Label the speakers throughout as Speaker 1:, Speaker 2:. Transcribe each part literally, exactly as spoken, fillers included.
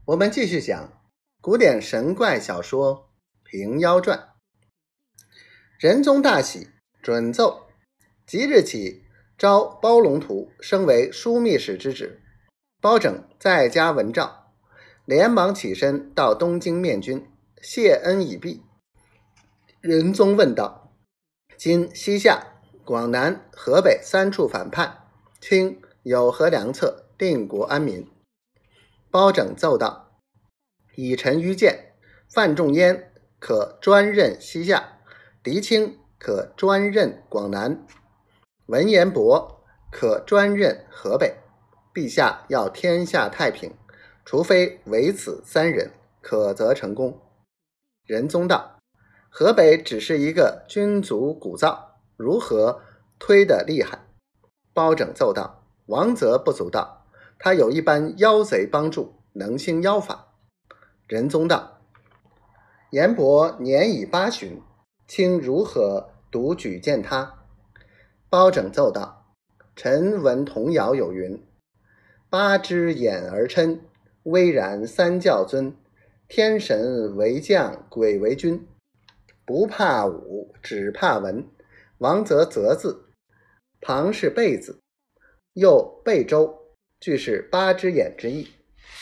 Speaker 1: 我们继续讲古典神怪小说《平妖传》。仁宗大喜，准奏即日起招包龙图升为枢密使之职。包拯在家闻诏，连忙起身到东京面君，谢恩已毕。仁宗问道：今西夏、广南、河北三处反叛，卿有何良策定国安民？包拯奏道：以臣愚见，范仲淹可专任西夏，狄青可专任广南，文彦博可专任河北。陛下要天下太平，除非唯此三人，可则成功。仁宗道：河北只是一个军族鼓噪，如何推得厉害？包拯奏道：王则不足道，他有一班妖贼帮助，能行妖法。仁宗道：颜伯年已八旬，卿如何独举荐他？包拯奏道：臣闻童谣有云：八只眼儿嗔，巍然三教尊，天神为将，鬼为君，不怕武，只怕文。王则则字，旁是贝字，又贝州，俱是八只眼之意。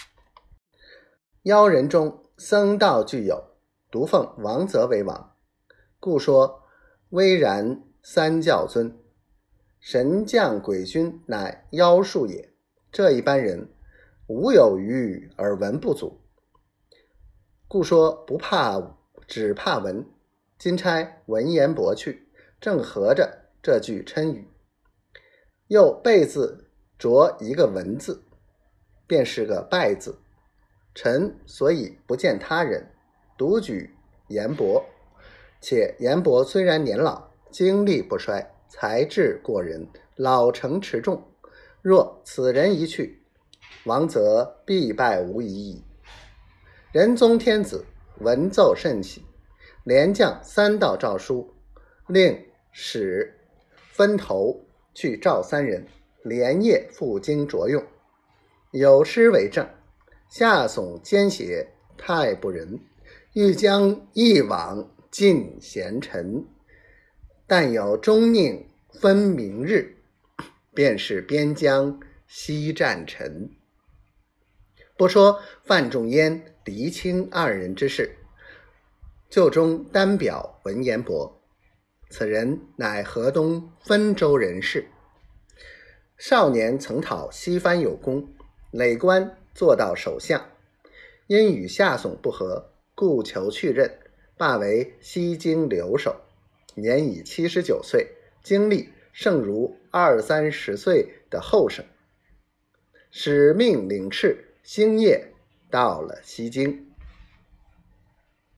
Speaker 1: 妖人中僧道俱有，独奉王则为王，故说巍然三教尊，神将鬼君乃妖术也。这一般人无有余而文不足，故说不怕武，只怕文。今差文彦博去，正合着这句谶语。又贝字着一个文字，便是个败字。臣所以不见他人，独举颜伯。且颜伯虽然年老，精力不衰，才智过人，老成持重，若此人一去，王则必败无疑矣。仁宗天子闻奏甚喜，连将三道诏书，令使分头去召三人，连夜赴京着用。有诗为证：夏悚奸邪太不仁，欲将一往尽贤臣。但有中佞分明日，便是边疆西战臣。不说范仲淹、狄青二人之事，就中单表文彦博，此人乃河东分州人士，少年曾讨西藩有功，累官做到首相，因与夏悚不和，故求去任，罢为西京留守。年已七十九岁，精力胜如二三十岁的后生，使命领事星夜到了西京。